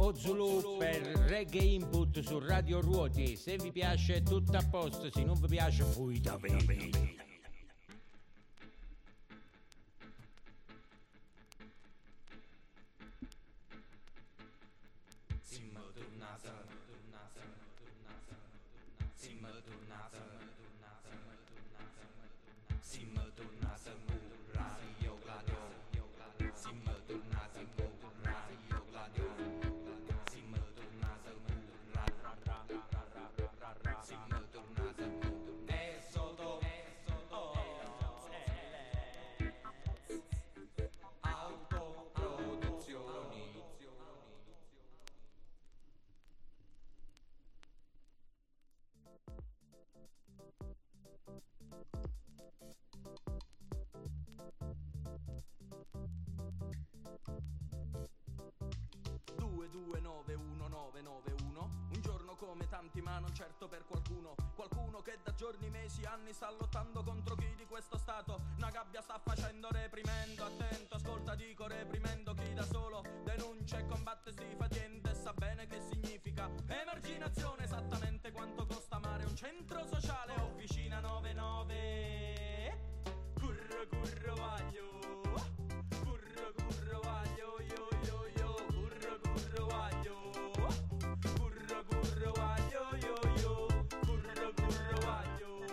Zulu per Reggae Input su Radio Ruoti. Se vi piace è tutto a posto, se non vi piace poi da bene. Un giorno come tanti ma non certo per qualcuno che da giorni, mesi, anni sta lottando contro chi di questo stato una gabbia sta facendo, reprimendo, attento, ascolta, dico reprimendo chi da solo denuncia e combatte, si fa niente e sa bene che significa emarginazione, esattamente quanto costa amare un centro sociale, officina 99, curro curro vaglio, curro curro vaglio, yo yo yo, curro curro vaglio, curro curro vaglio, yo yo, curro curro vaglio.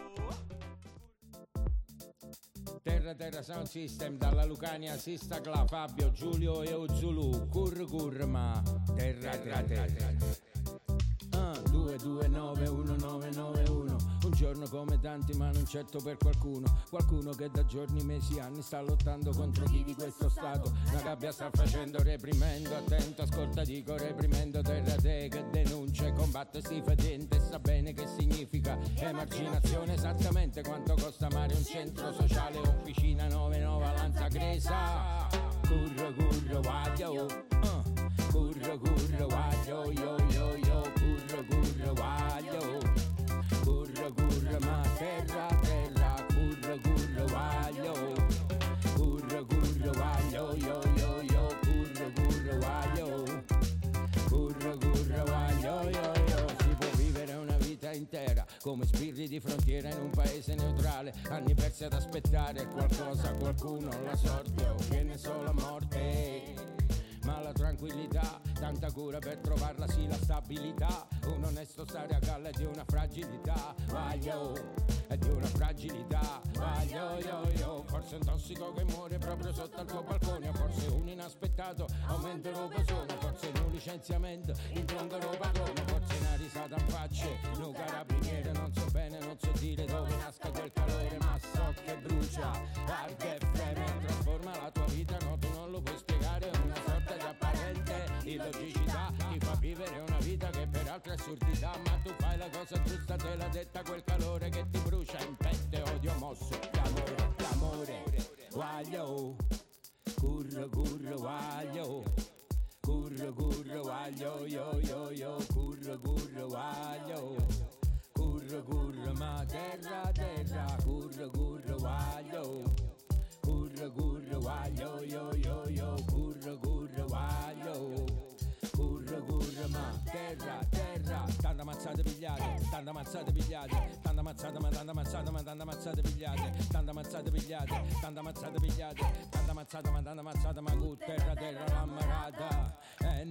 Terra Sound System, dalla Lucania, Sistacla, Fabio, Giulio e Zulu, curr ma terra. 2291991. Un giorno come tanti ma non certo per qualcuno che da giorni, mesi, anni sta lottando contro chi di questo stato una gabbia sta facendo, reprimendo, attento, ascolta, dico reprimendo, terra te che denuncia e combatte, si fa niente e sa bene che significa emarginazione, esattamente quanto costa amare un centro sociale, officina 99 Lanza Gresa, curro vaglio, curro vaglio, yo yo yo, curro vaglio, curro ma terra, curro vaglio, curro vaglio, yo yo yo, curro vaglio, curro vaglio, yo yo. Si può vivere una vita intera come spiriti di frontiera in un paese neutrale, anni persi ad aspettare qualcosa, qualcuno, la sorte o che ne so, la morte. Ma la tranquillità, tanta cura per trovarla, sì, la stabilità, un onesto stare a galla di una fragilità, vaglio, di una fragilità, vaglio, yo, forse un tossico che muore proprio sotto al tuo balcone, forse un inaspettato aumento d'occasione, forse un licenziamento in tronco lo padrone, forse una risata in faccia, un carabiniere, non so bene, non so dire dove nasca quel calore, ma so che brucia, arde e freme, trasforma la tua vita, no, tu non lo puoi spiegare, una sorta di apparente illogicità, ti fa vivere una vita che peraltro è assurdità, ma tu fai la cosa giusta, te l'ha detta quel calore che ti brucia in petto, odio mosso, l'amore, vaglio, curro vaglio, curro vaglio, yo yo, curro vaglio, curro ma terra, curro vaglio, curro vaglio, yo yo yo, curro vaglio, curro ma terra, tanta mazzate pigliate, tanta mazzate pigliate, tanta mazzate ma tanta mazzate ma tanta mazzate pigliate, tanta mazzate pigliate, tanta mazzate pigliate, tanta mazzate ma tanta mazzate ma cu terra l'ammarata, è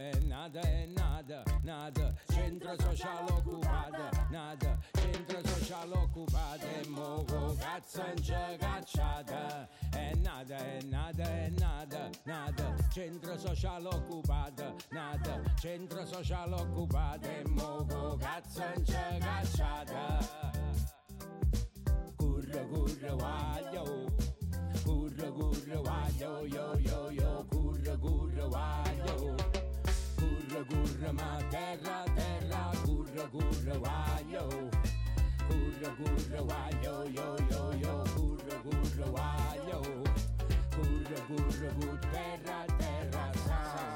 nada, centro sociale occupato, nada, centro sociale occupato, e mo cazzo non c'è cacciata, è nada, centro sociale occupato, nada, centro sociale occupato, e mo cazzo non c'è cacciata, curro vaglio, curro vaglio, yo yo yo, curro vaglio, curro ma terra, curro vaglio, curro vaglio, yo yo yo, curro vaglio, curro terra, sa.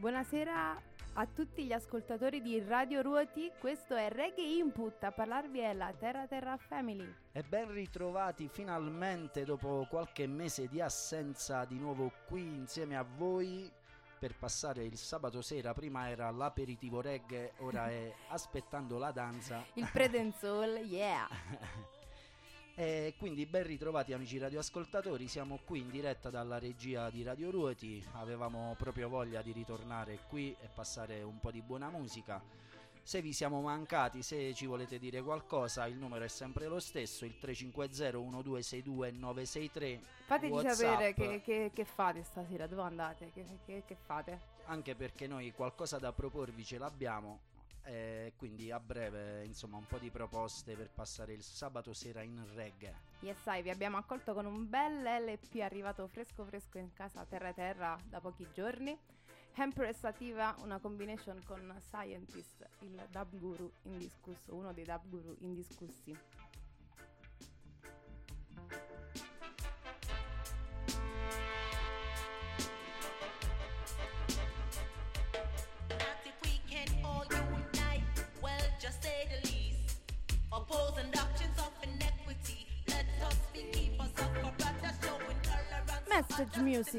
Buonasera a tutti gli ascoltatori di Radio Ruoti, questo è Reggae Input, a parlarvi è la Terra Family. E ben ritrovati finalmente dopo qualche mese di assenza, di nuovo qui insieme a voi per passare il sabato sera. Prima era l'aperitivo reggae, ora è aspettando la danza. Il pre-dancehall, yeah! E quindi ben ritrovati amici radioascoltatori, siamo qui in diretta dalla regia di Radio Ruoti, avevamo proprio voglia di ritornare qui e passare un po' di buona musica. Se vi siamo mancati, se ci volete dire qualcosa, il numero è sempre lo stesso, il 350 1262 963. Fateci WhatsApp. sapere che fate stasera, dove andate, che fate? Anche perché noi qualcosa da proporvi ce l'abbiamo. Quindi a breve insomma un po' di proposte per passare il sabato sera in reggae. Yes, vi abbiamo accolto con un bel LP arrivato fresco in casa Terra da pochi giorni. Empress Sativa, una combination con Scientist, il dub guru indiscusso, uno dei dub guru indiscussi. Just say the least. Opposing doctrines of inequity. Let us be keepers of our brothers, showing tolerance. Message music.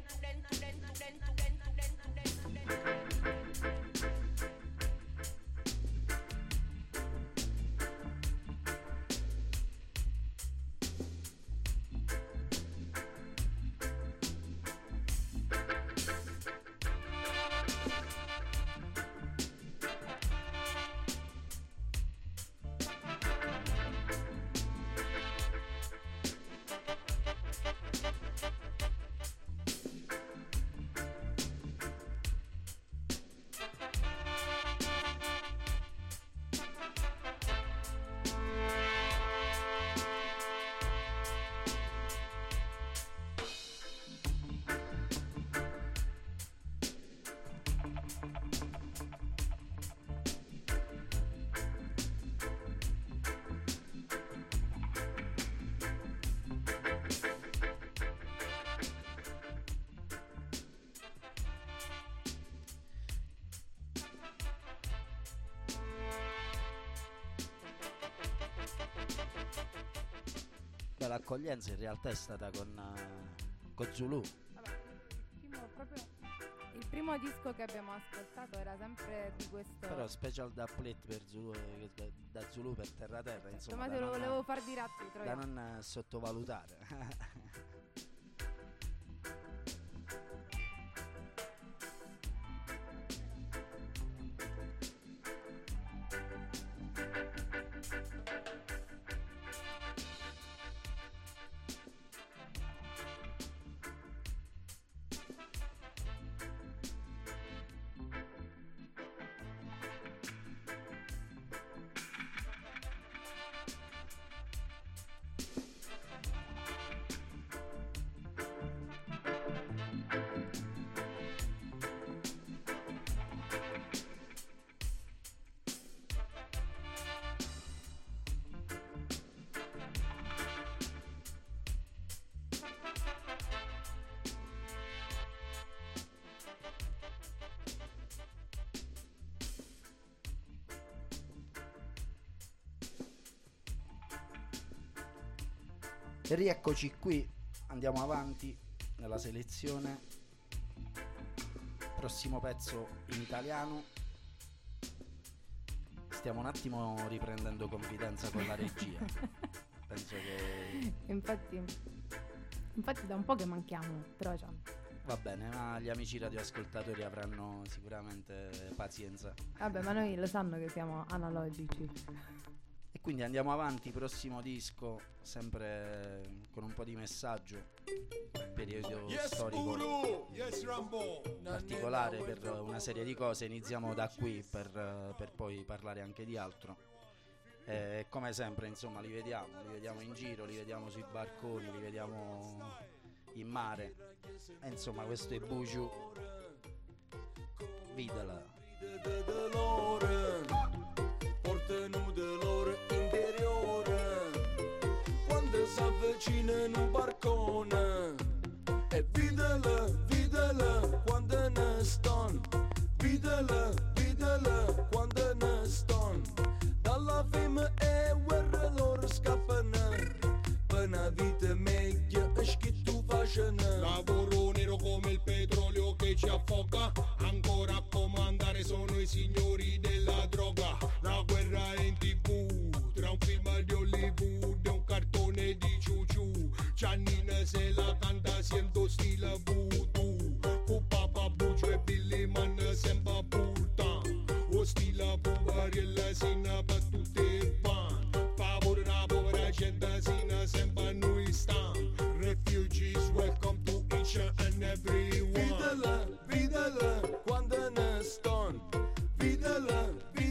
L'accoglienza in realtà è stata con Zulu. Vabbè, il primo disco che abbiamo ascoltato era sempre di questo. Però special da plate per Zulu, da Zulu per Terra, insomma. Ma te lo volevo far dire a te, da non sottovalutare. E rieccoci qui, andiamo avanti nella selezione. Prossimo pezzo in italiano. Stiamo un attimo riprendendo confidenza con la regia. Penso che Infatti da un po' che manchiamo, però va bene, ma gli amici radioascoltatori avranno sicuramente pazienza. vabbè, ma noi lo sanno che siamo analogici. E quindi andiamo avanti, prossimo disco, sempre con un po' di messaggio, periodo storico particolare per una serie di cose. Iniziamo da qui per poi parlare anche di altro. Come sempre, insomma, li vediamo in giro, li vediamo sui barconi, li vediamo in mare. E insomma, questo è Buju, Videla. Portano de loro interiore quando si avvicinano un barcone e videla quando ne stanno se la canta siento stile voodoo. Con Papa Buccio e Billy Man sempre porta. O stile povariella sina per tutti i van. Favore la povera gente sina sempre noi sta. Refugees welcome to each and every one. Videla quando ne ston. Videla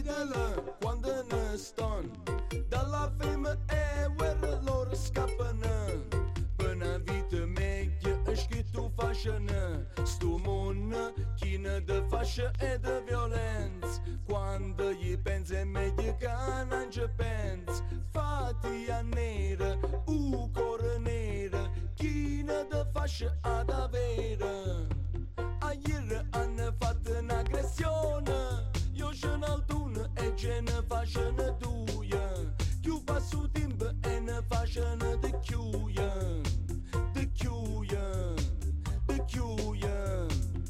quando ne ston. Dalla fame e guerra loro scappano. Per una vita meglio che tu fasciano. Sto mondo china de fascia e de violenza. Quando gli pensi è meglio che non ci pensi. Fatti a nera, cuore nera. China de fascia ad avere. A ieri hanno fatto un'aggressione. Io sono al tuno e ce ne facciano due. Più passo tempo e ne facciano di chiuia. Di chiuia. Di chiuia.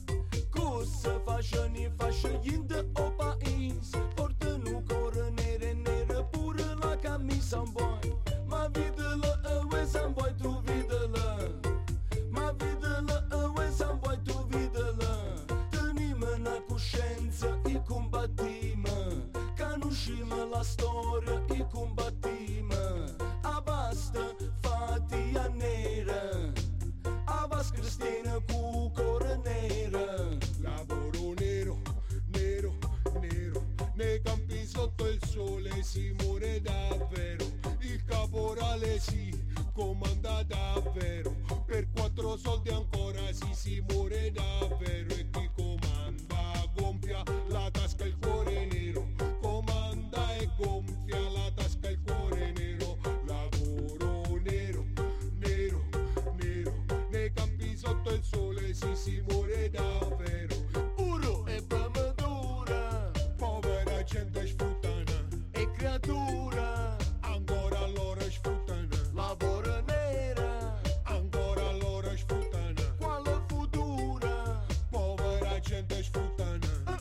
Cosa facciano i fascienti o paese? Portano cuore nere nere pure la camisa un po'. Ma videla e we san vuoi tu videla. Ma videla e we san vuoi tu videla. Tenime una coscienza e combattima. Conoscime la storia e combattima. A basta fatti a nera. A vas cristina cu cuore nera. Lavoro nero, nero, nero. Nei campi sotto il sole si muore davvero. Il caporale si comanda davvero. Per 4 soldi ancora si muore davvero. E chi comanda gonfia la tasca il cuore nero. Comanda e gonfia la tasca il cuore nero. Lavoro nero, nero, nero. Nei campi sotto il sole si muore davvero. Puro e bammadura. Povera gente sfruttana. E creatura. Ancora loro sfruttano. Lavoro nera. Ancora loro sfruttano. Quale futura? Povera gente sfruttana.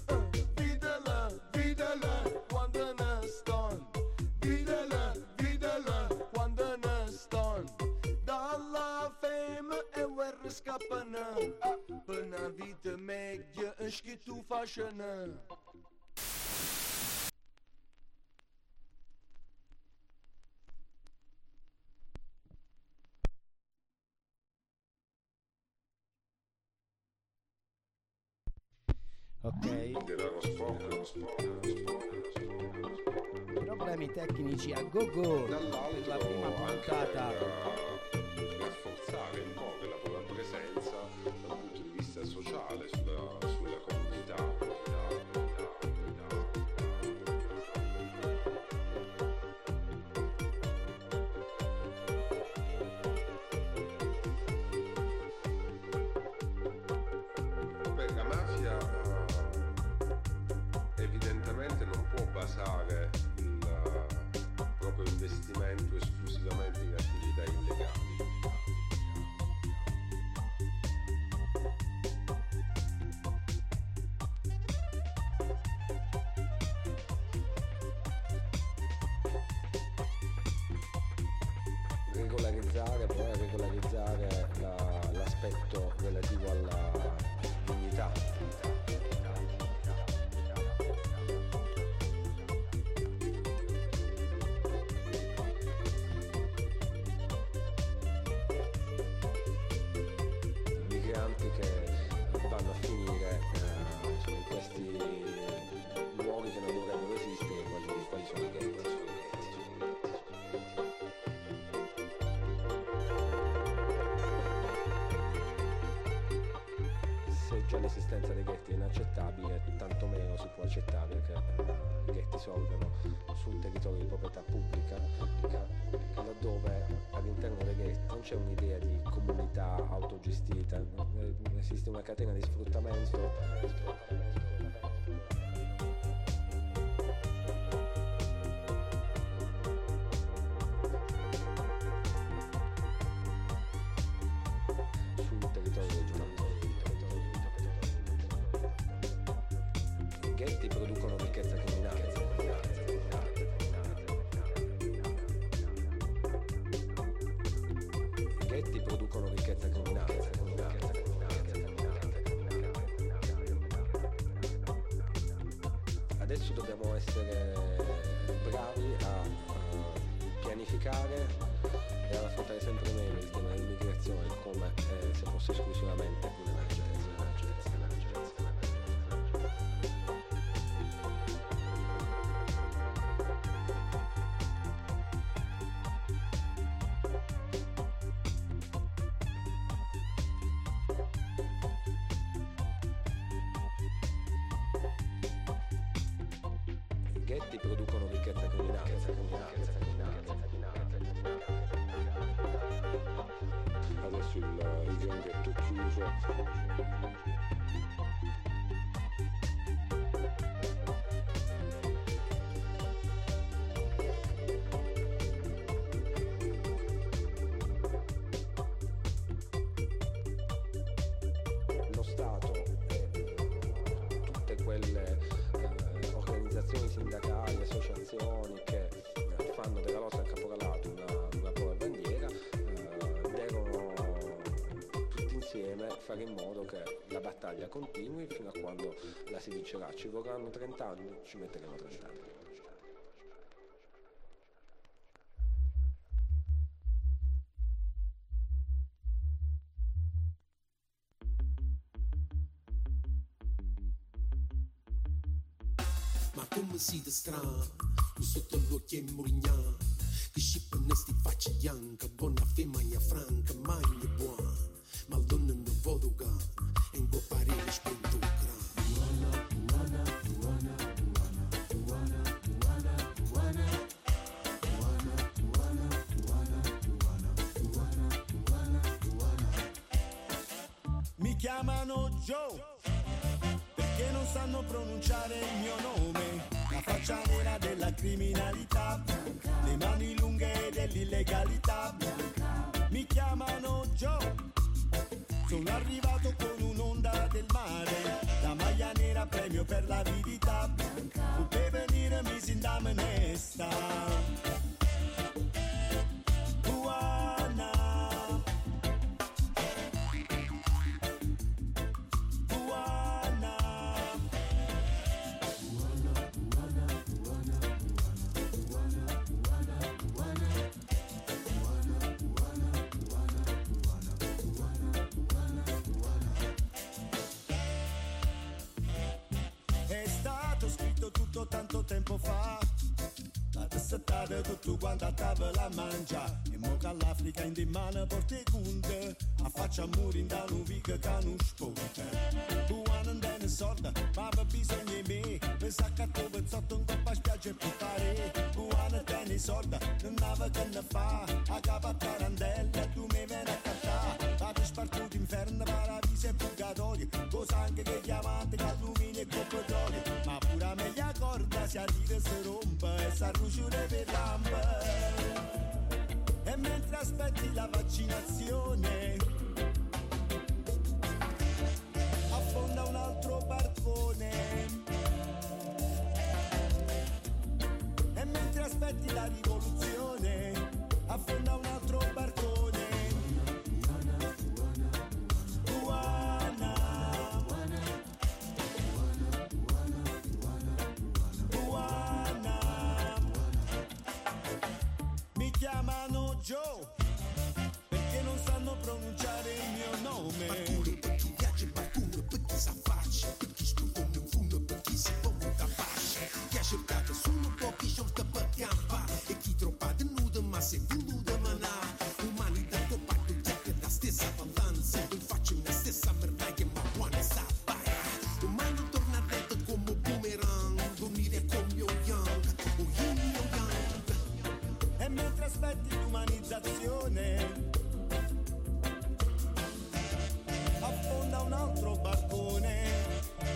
Videla quando ne ston. Videla quando ne ston. Dalla fame e guerra scappano. Per una vita meglio che tu fasciano. Ok. Problemi tecnici a go-go per la prima puntata. Rafforzare un po' la propria presenza dal punto di vista sociale sulla comunità. Beh, la mafia evidentemente non può basare il proprio investimento esclusivamente in attività illegali. Regolarizzare l'aspetto relativo alla dignità. Migranti che vanno a finire in questi luoghi che non dovrebbero esistere, quali sono i ghetti. Se già l'esistenza dei ghetti è inaccettabile, tanto meno si può accettare che i ghetti sorgano su un territorio di proprietà pubblica, laddove all'interno dei ghetti non c'è un'idea di comunità autogestita, esiste una catena di sfruttamento. Sul territorio i ghetti producono ricchezza criminale. I ghetti producono ricchezza criminale. Adesso dobbiamo essere bravi a pianificare e ad affrontare sempre meglio il tema dell'immigrazione come se fosse esclusivamente un'emergenza. I ghetti producono ricchezza criminale. Adesso il ganghetto è chiuso. Lo Stato e tutte quelle organizzazioni sindacali, associazioni che fanno della lotta al caporalato una propria bandiera devono tutti insieme fare in modo che la battaglia continui fino a quando la si vincerà. Ci vorranno 30 anni, ci metteremo 30 anni. Ma come siete strani, sotto l'occhio e morignano, che scippa nesti faccia bianca, buona femmina franca, magna buona, ma il donno non voto cane, e in parere spento il crano. Mi chiamano Joe, perché non sanno pronunciare il mio nome. La faccia nera della criminalità, le mani lunghe dell'illegalità. Mi chiamano Joe, sono arrivato con un'onda del mare, la maglia nera premio per l'avidità. Per venire mi si indame onesta. Tanto tempo fa, la tessatata tutto quanto a tavola mangia, e mo che all'Africa in di mano porte conte, a faccia muri in da nuvica che non sporta. Buona non te ne sorda, ma per bisogno di me, per saccato pezzotto un coppa spiaggia e puttare. Buona te ne sorda, non ava che ne fa, a capo a tarantella, tu mi vieni a cantare. Fate spartuto inferno, paradiso e purgatorio, cosa anche che diamante, alluminio e petrolio, ma pure a meglio corda si arriva e si rompe e si arruciura per lampe. E mentre aspetti la vaccinazione affonda un altro barcone. E mentre aspetti la rivoluzione affonda un altro barcone. Chiamano Joe, perché non sanno pronunciare il mio nome. Parkour perché piace, parkour perché sa faccia, perché sputo in fondo, perché si può da faccia. Che ha cercato sono pochi short per campa, e chi troppa tenuta ma se voluta manà. Umani da tuo patto già che la stessa balanza, non faccio la stessa merda che ma buona sa baia. Umano torna dentro come boomerang, dormire con mio young, o yin mio young. E mentre aspetti l'umanizzazione affonda un altro barcone.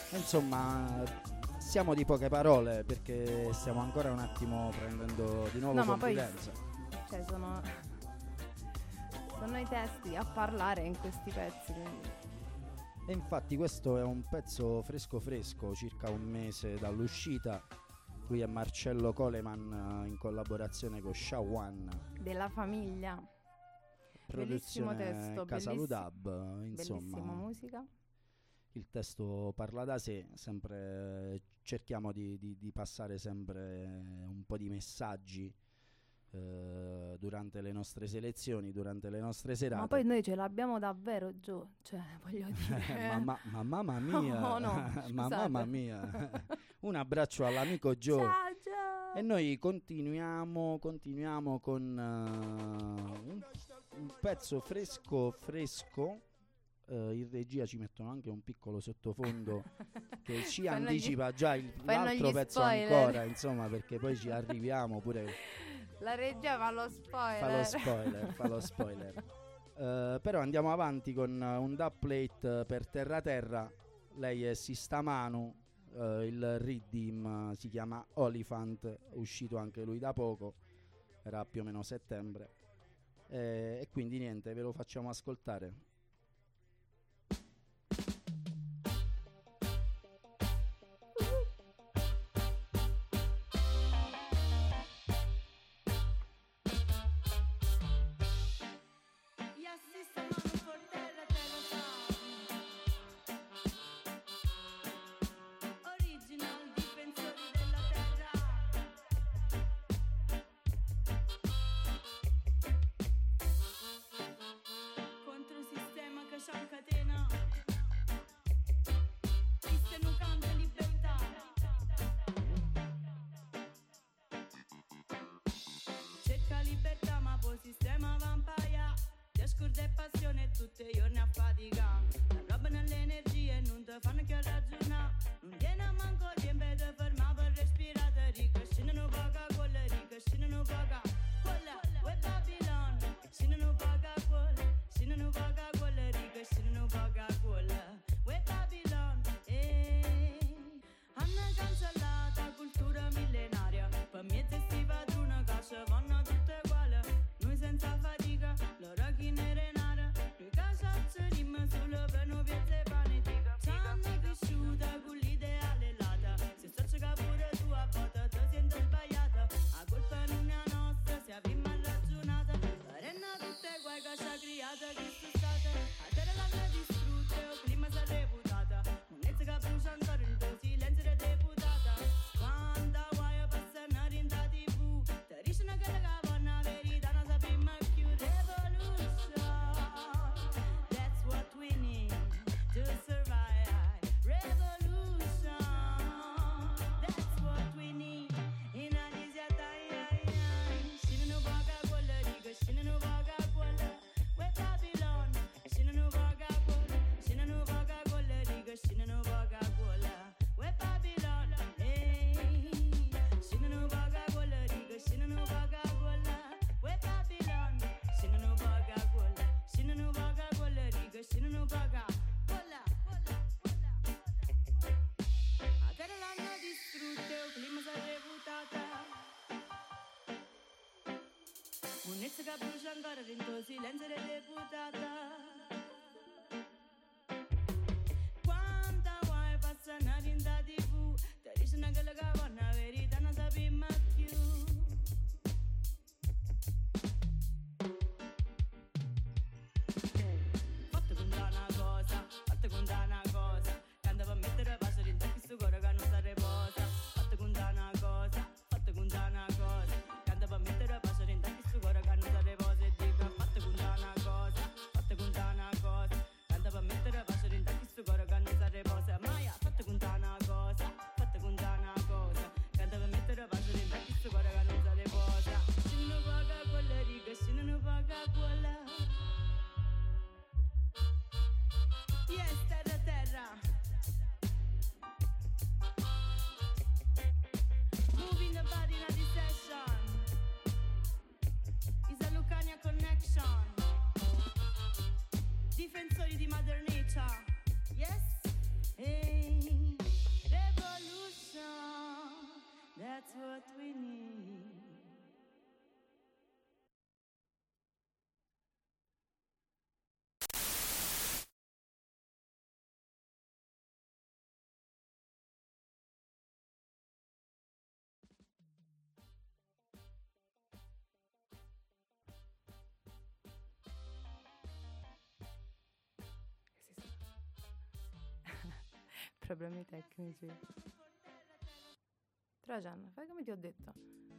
Insomma, siamo di poche parole perché stiamo ancora un attimo prendendo di nuovo confidenza. Cioè sono i testi a parlare in questi pezzi, quindi. E infatti questo è un pezzo fresco, circa un mese dall'uscita. Lui è Marcello Coleman in collaborazione con Shawan della famiglia. Bellissimo testo, Casa Ludab, insomma. Bellissima musica. Il testo parla da sé, sempre cerchiamo di passare sempre un po' di messaggi durante le nostre selezioni, durante le nostre serate. Ma poi noi ce l'abbiamo davvero giù, cioè voglio dire. Mamma mia, oh, no, mamma mia. Un abbraccio all'amico Joe. Ciao. E noi continuiamo con un pezzo fresco. In regia ci mettono anche un piccolo sottofondo che ci anticipa già l'altro pezzo spoiler. Ancora, insomma, perché poi ci arriviamo pure. La regia fa lo spoiler. Però andiamo avanti con un dubplate per Terra. Lei è Sista Manu, il riddim si chiama Oliphant, uscito anche lui da poco, era più o meno settembre, e quindi niente, ve lo facciamo ascoltare. Un'ezza che brucia ancora dentro il silenzio delle deputata. Quanta vuoi passare in da TV, ti dicono che la cavanna verità non sappiamo più. Fate contare una cosa, quando per mettere passo dentro a questo cuore che non si riposa. Fate contare una cosa, quando per mettere passo dentro a questo cuore che non si riposa. E dico fate contare una cosa, Problemi tecnici. Trajan, fai come ti ho detto.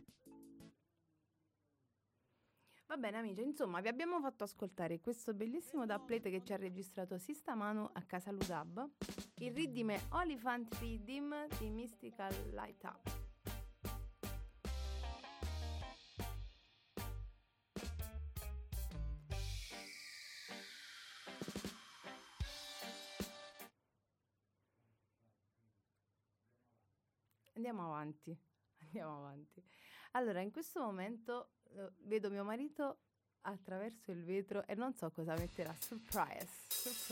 Va bene amici, insomma vi abbiamo fatto ascoltare questo bellissimo dubplate che ci ha registrato Sista Manu a Casa Ludab. Il riddim è Oliphant Riddim di Mystical Light Up. Andiamo avanti. Allora, in questo momento vedo mio marito attraverso il vetro e non so cosa metterà. Surprise.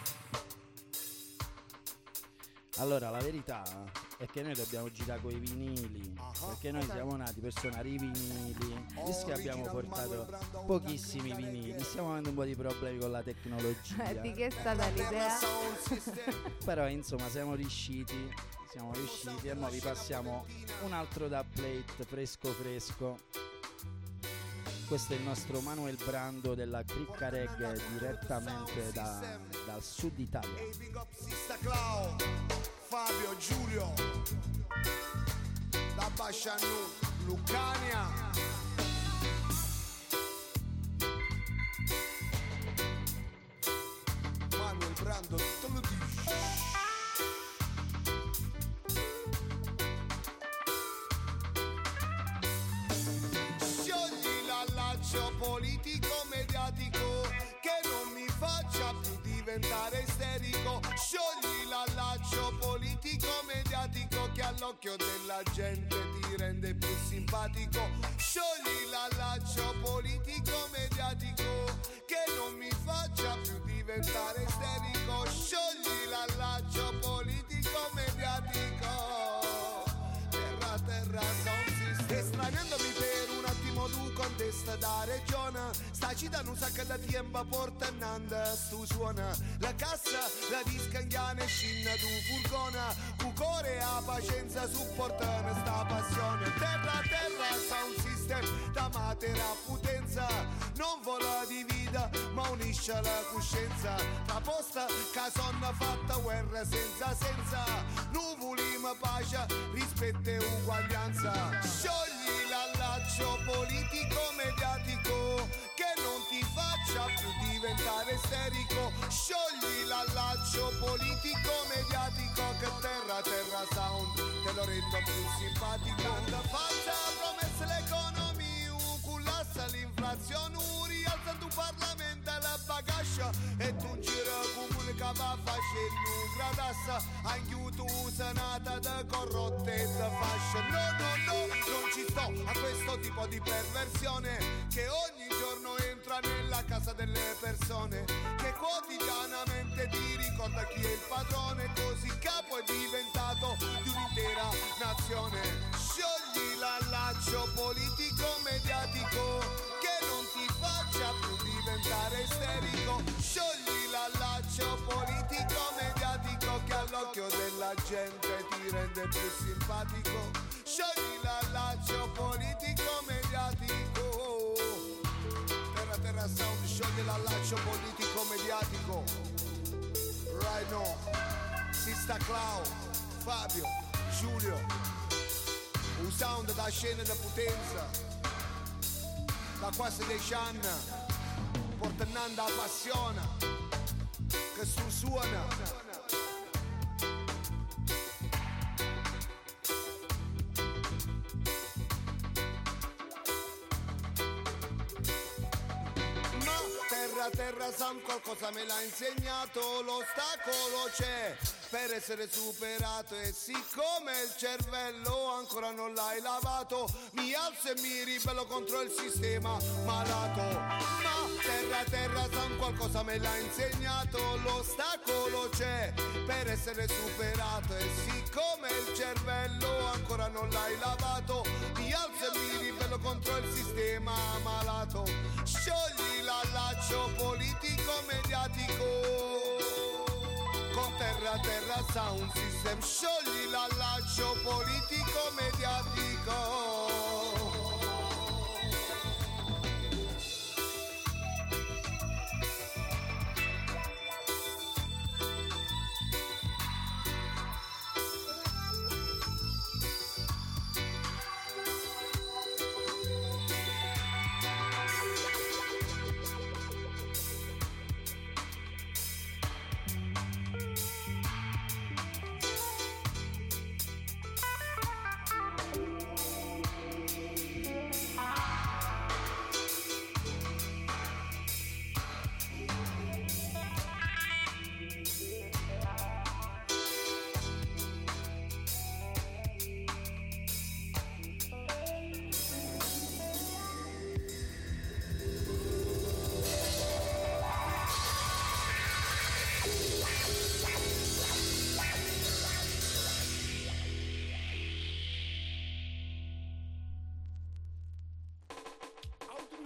Allora, la verità è che noi dobbiamo girare coi vinili, perché noi siamo nati per suonare i vinili, visto che abbiamo portato pochissimi vinili, stiamo avendo un po' di problemi con la tecnologia. Di che è stata l'idea? Però insomma siamo riusciti e ora vi passiamo un altro dubplate fresco. Questo è il nostro Manuel Brando della Cricca Reggae direttamente dal sud Italia. Fabio, Giulio, da Bascianu, Lucania. Manuel Brando, te lo dici. Sciogli l'allaccio politico mediatico che non mi faccia più diventare isterico. Sciogli l'allaccio politico mediatico che all'occhio della gente ti rende più simpatico. Sciogli l'allaccio politico mediatico che non mi faccia più diventare isterico. Sciogli l'allaccio politico mediatico. Terra sound system. Estraniandomi per un attimo tu contesta da regione. Sta città non sa che da tempo portando stu suona. La cassa, la disca indiana e scinna tu furgona. Cucore a pazienza supportano sta passione. Terra sound system da matera potenza. Non vola di vita ma unisce la coscienza. Tra posta che sonna fatta guerra senza. Nuvoli ma pace, rispetto e uguaglianza. Sciogli l'allaccio politico mediatico che non ti faccia più diventare isterico. Sciogli l'allaccio politico mediatico che terra sound te lo rendo più simpatico. Tanta falsa promessa l'economia, cullassa l'inflazione, rialza tu parlamento la bagascia e tu gira comune che va facendo gradassa. Anche tu sanata da corrotte e da fascia. No, non ci sto a questo tipo di perversione che ogni giorno entra nella casa delle persone, che quotidianamente ti ricorda chi è il padrone, così capo è diventato di un'intera nazione. Sciogli l'allaccio politico mediatico che non ti faccia più diventare isterico. Sciogli l'allaccio politico mediatico che all'occhio della gente ti rende più simpatico. Sciogli l'allaccio politico mediatico. Terra sound, sciogli l'allaccio politico mediatico. Right now, Sista Clau, Fabio, Giulio. Un sound da scena da potenza. Da quasi 10 anni, portando la passione che suona. Terra Sam qualcosa me l'ha insegnato, l'ostacolo c'è per essere superato e siccome il cervello ancora non l'hai lavato, mi alzo e mi ribello contro il sistema malato. Ma terra Sam qualcosa me l'ha insegnato, l'ostacolo c'è per essere superato e siccome il cervello ancora non l'hai lavato, mi alzo e mi ribello contro il sistema malato. Sciogli l'allaccio politico mediatico con terra sound system. Sciogli l'allaccio politico mediatico.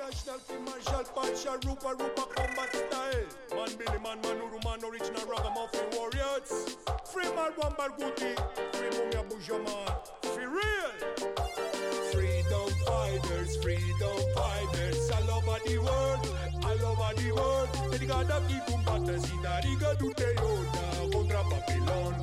International Film Marshal Pacha Rupa Combat Style. Man Billy Man Manuru Man Original Ragamuffin Warriors. Free Man Wambar Guti. Free Mumia Bujaman. Free real. Freedom fighters all over the world. Dedicata a chi combatte Sinariga tutte Yoda contra Babylon.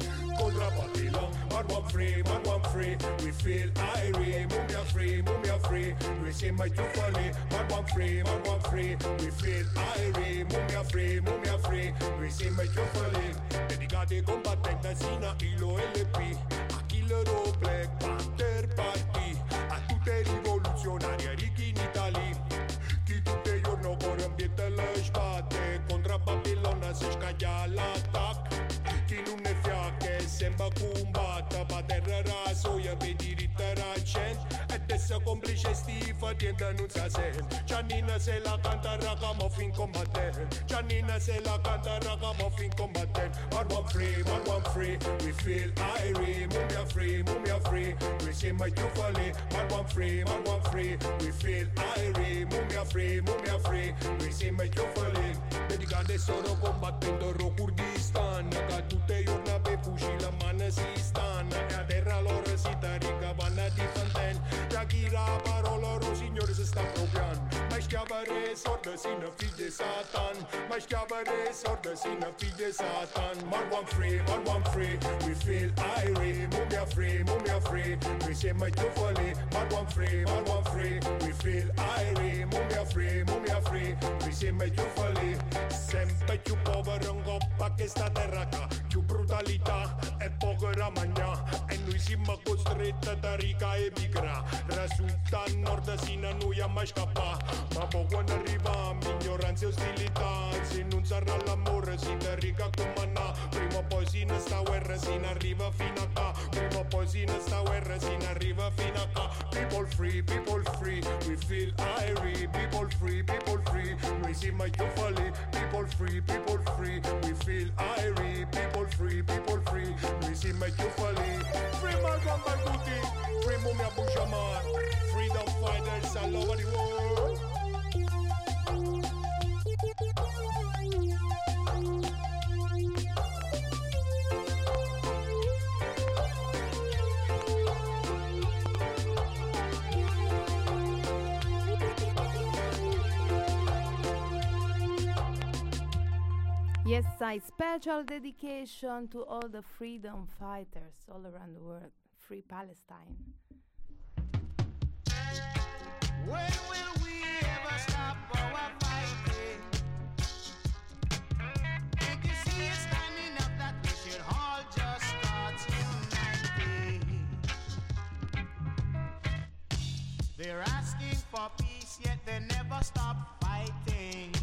Man want free, we feel irie. Mumia free, we say my tufale. Man want free, we feel irie. Mumia free, we say my tufale. Dedicate combattenti Sina Ilo LP. A Killer Black Panther Party. A tutte rivoluzionarie ricchi in Italia. Chi tutte giorno con ambiente le sbatte. Contra Babilona si scaglia l'attacco. Chi non ne fiacche sembra combatta. Pa terra rasoia per diritta gente. E adesso complice Stifa tienda non sa sen. Giannina se la canta Ragamuffin combattente. Giannina se la canta Ragamuffin combattente. Man want free, we feel irie. Mumia free, we say my tufale. Man want free, we feel irie. Mumia free, we say my tufale. Dedicate solo combattendo ro Kurdistan. Che tutte giorna per fucile mano si stanno. E a terra loro si tarica vanno di fanten. Da chi la parola ro signore si sta propiando. Ma schiavare sorda sino figlio di Satan. Ma schiavare sorda sino figlio di Satan. Man want free, we feel irie. Mumia free, we say my tufale. Man want free, we feel irie. Mumia free, we say my tufale. Sempre più povero in coppa che sta terra qua. Più brutalità e povera magna. E noi siamo costretti da rica e migra. Risulta a nord sino a noi a mai scappa. Ma poi quando arriva ignoranza e ostilità. Se non sarà l'amore si da rica comanda. Prima o poi si ne sta guerra si ne arriva fino a qua. Prima o poi si ne sta guerra si ne arriva fino a qua. People free, we feel irie. People free, we see my tufale. People free, we feel irie. People free, we see my tufale. Free Malcolm Barghouti, free Mumia Bujaman. Freedom fighters all over the world. Yes, I special dedication to all the freedom fighters all around the world. Free Palestine. When will we ever stop our fighting? Can't you see it's time enough that we should all just start uniting? They're asking for peace, yet they never stop fighting.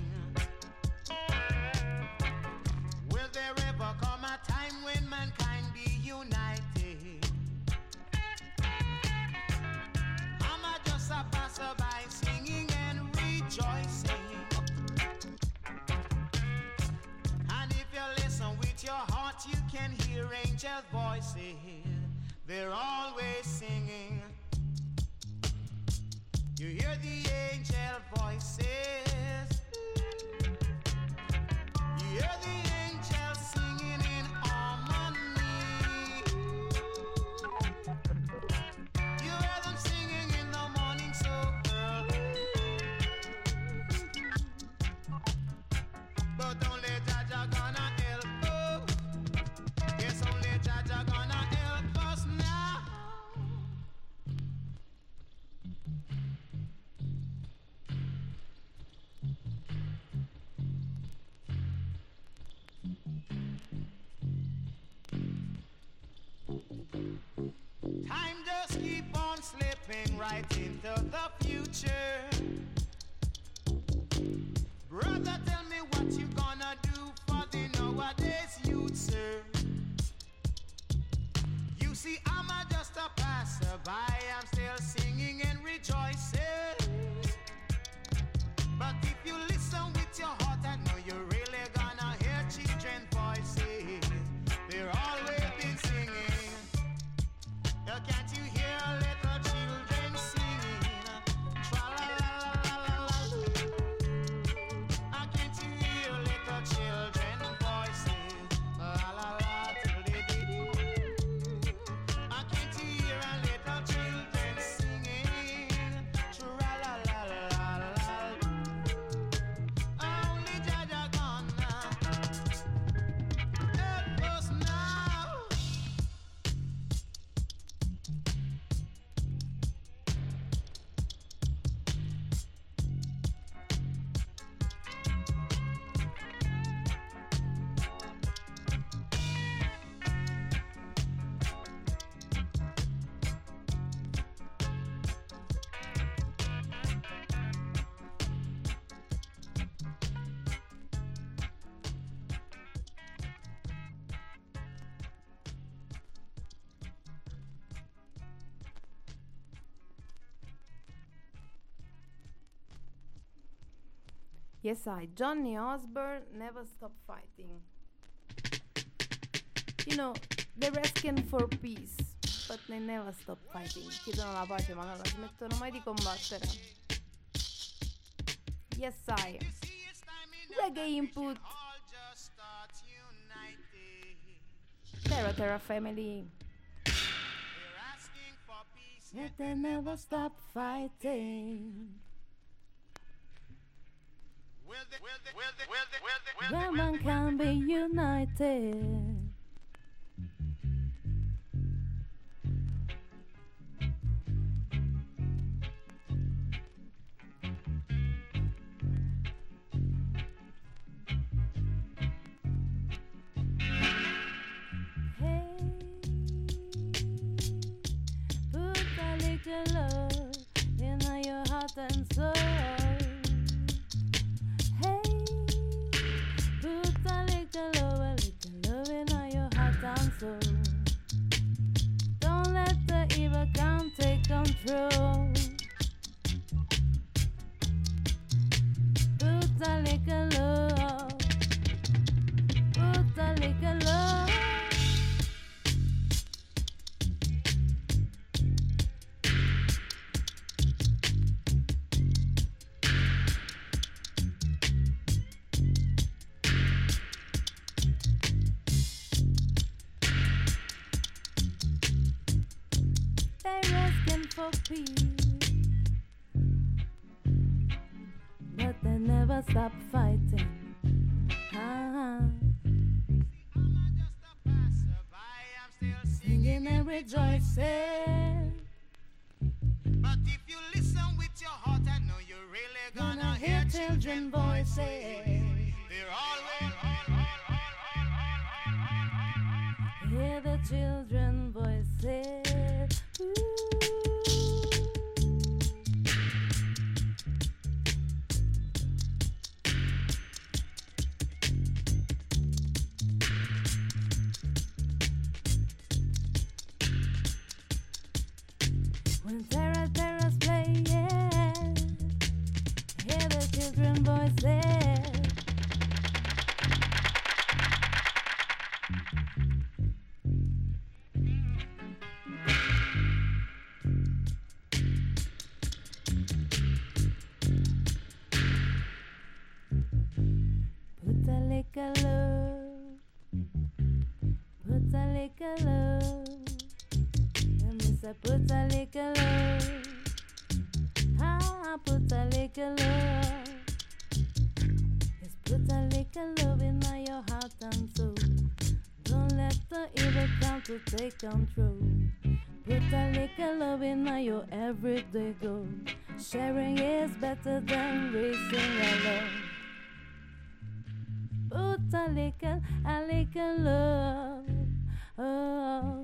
Will there ever come a time when mankind be united? I'm just a passerby singing and rejoicing. And if you listen with your heart, you can hear angel voices. They're always singing. You hear the angel voices. You hear the angels singing in harmony. You hear them singing in the morning so early. But only Jaja gonna help us. Yes, only Jaja gonna help us now. Time just keep on slipping right into the future. Brother, tell me what you gonna do for the nowadays youth, sir. You see, I'm just a passerby, I'm still singing and rejoicing. But if you listen with your heart, I know you're really gonna hear children's voices. They're always been singing. Can't you hear little children singing? Tra-la-la-la-la-la-la. Yes, Johnny Osborne, Never Stop Fighting. You know, they're asking for peace, but they never stop fighting. Chiedono la pace, ma non la smettono mai di combattere. Yes, Reggae input. Terra family. Yet they never stop fighting. Where man can be united. Love in your heart and soul. Hey, put a little love in your heart and soul. Don't let the evil come take control. Put a little love. Put a little love. For peace, but they never stop fighting. Singing and rejoicing. But if you listen with your heart, I know you're really gonna hear children voices. They're always hear the children voices. Ooh. When Terra's playing, hear the children voices. Put a little love, put a little love. I put a little love, put a little love. Yes, put a little love in your heart and soul. Don't let the evil come to take control. Put a little love in your everyday goal. Sharing is better than raising alone. Put a little love. Oh.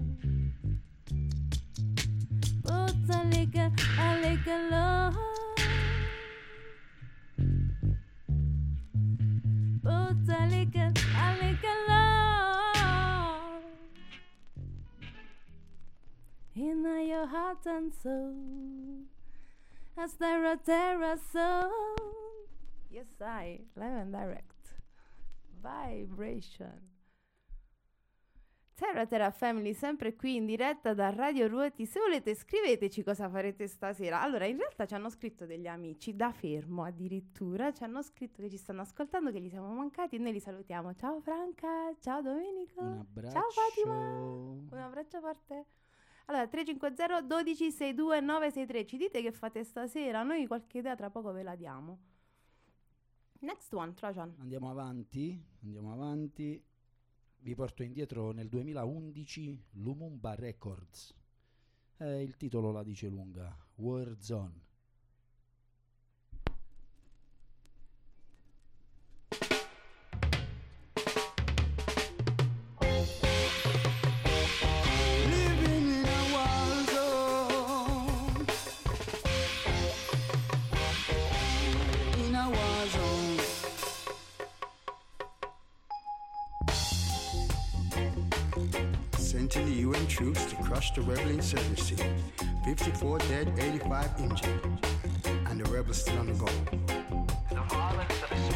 Put a little love. Put a little love in your heart and soul. As Terra soul. Yes, live and direct. Vibration. Terra Family, sempre qui in diretta da Radio Ruoti. Se volete scriveteci cosa farete stasera. Allora, in realtà ci hanno scritto degli amici da Fermo, addirittura ci hanno scritto che ci stanno ascoltando, che gli siamo mancati e noi li salutiamo. Ciao Franca, ciao Domenico, un abbraccio. Ciao Fatima, un abbraccio forte. Allora, 350 12 62 963, ci dite che fate stasera, noi qualche idea tra poco ve la diamo. Next one, Trajan. Andiamo avanti. Vi porto indietro nel 2011 Lumumba Records. Il titolo la dice lunga, War Zone. UN troops to crush the rebel insurgency. 54 dead, 85 injured, and the rebels still on the go. The violence of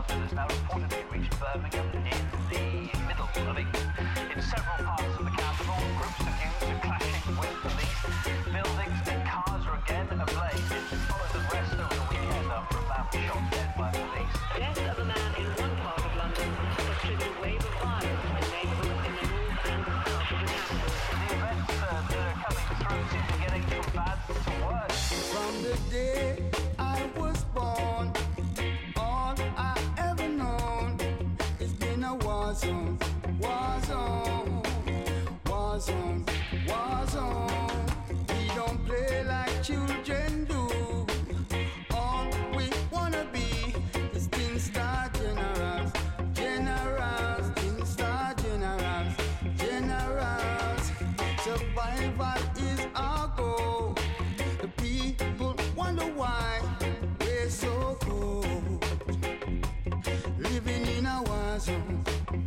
disaster has now reportedly reached Birmingham in the middle of England. In several parts of the capital, groups of youths are clashing with police. Buildings and cars are again ablaze. It follows unrest over the weekend after a man was shot dead by police. Death of a man in one part of London has triggered a wave of violence in neighbourhoods in the north and south of the capital. The events that are coming through seem to be getting from bad to worse. From the day I was born, all I ever known has been a war zone, war zone, war zone, war zone. We don't play like children do. All we wanna be is Teen Star Generals, generals, Teen Star Generals, generals. Survival is our goal. The people wonder why we're so cold, living in a war zone.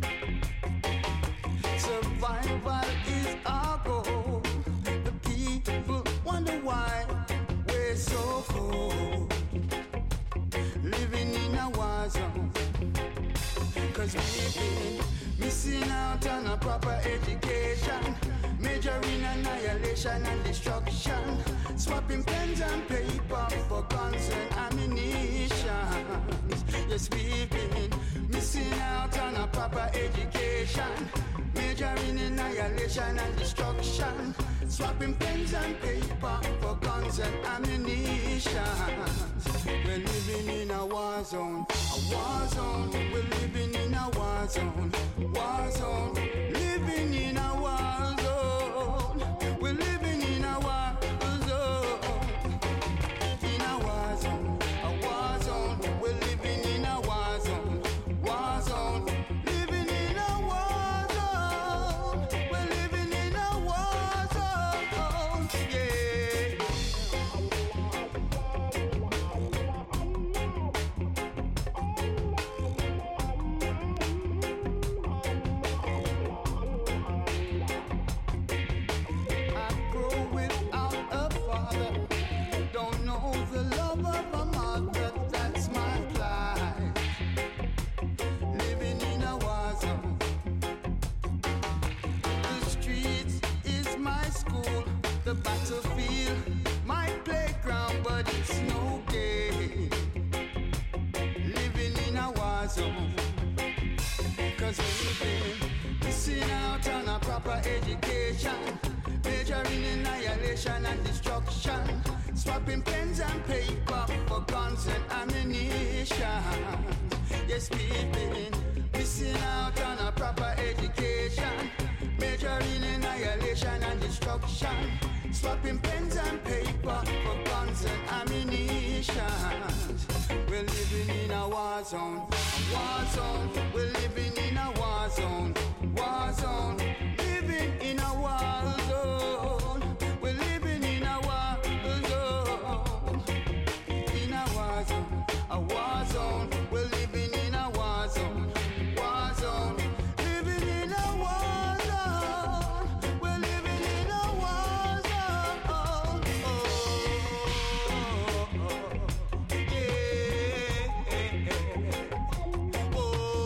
Survival is our goal. The people wonder why we're so cold, living in a war zone. 'Cause we've been missing out on a proper education, majoring annihilation and destruction, swapping pens and paper for guns and ammunition. Yes, we've been missing out on a proper education, majoring in annihilation and destruction, swapping pens and paper for guns and ammunition. We're living in a war zone, a war zone. We're living in a war zone, war zone. Living in a war zone. We're living in a war zone, in a war zone, a war zone. We're living in a war zone, war zone. Living in a war zone. We're living in a war zone, yeah. I grow without a father, don't know the love of a mother, that's my plight. Living in a war zone. The streets is my school, the battlefield my playground, but it's no game. Living in a war zone. 'Cause we've been missing out on a proper education, majoring in annihilation and destruction, swapping pens and paper for guns and ammunition. Yes, we've been missing out on a proper education, majoring in annihilation and destruction, swapping pens and paper for guns and ammunition. We're living in a war zone, war zone. We're living in a war zone, war zone. Living in a war zone. We're living in a war zone, in a war zone, a war zone. We're living in a war zone, war zone. Living in a war zone. We're living in a war zone. Yeah. Oh.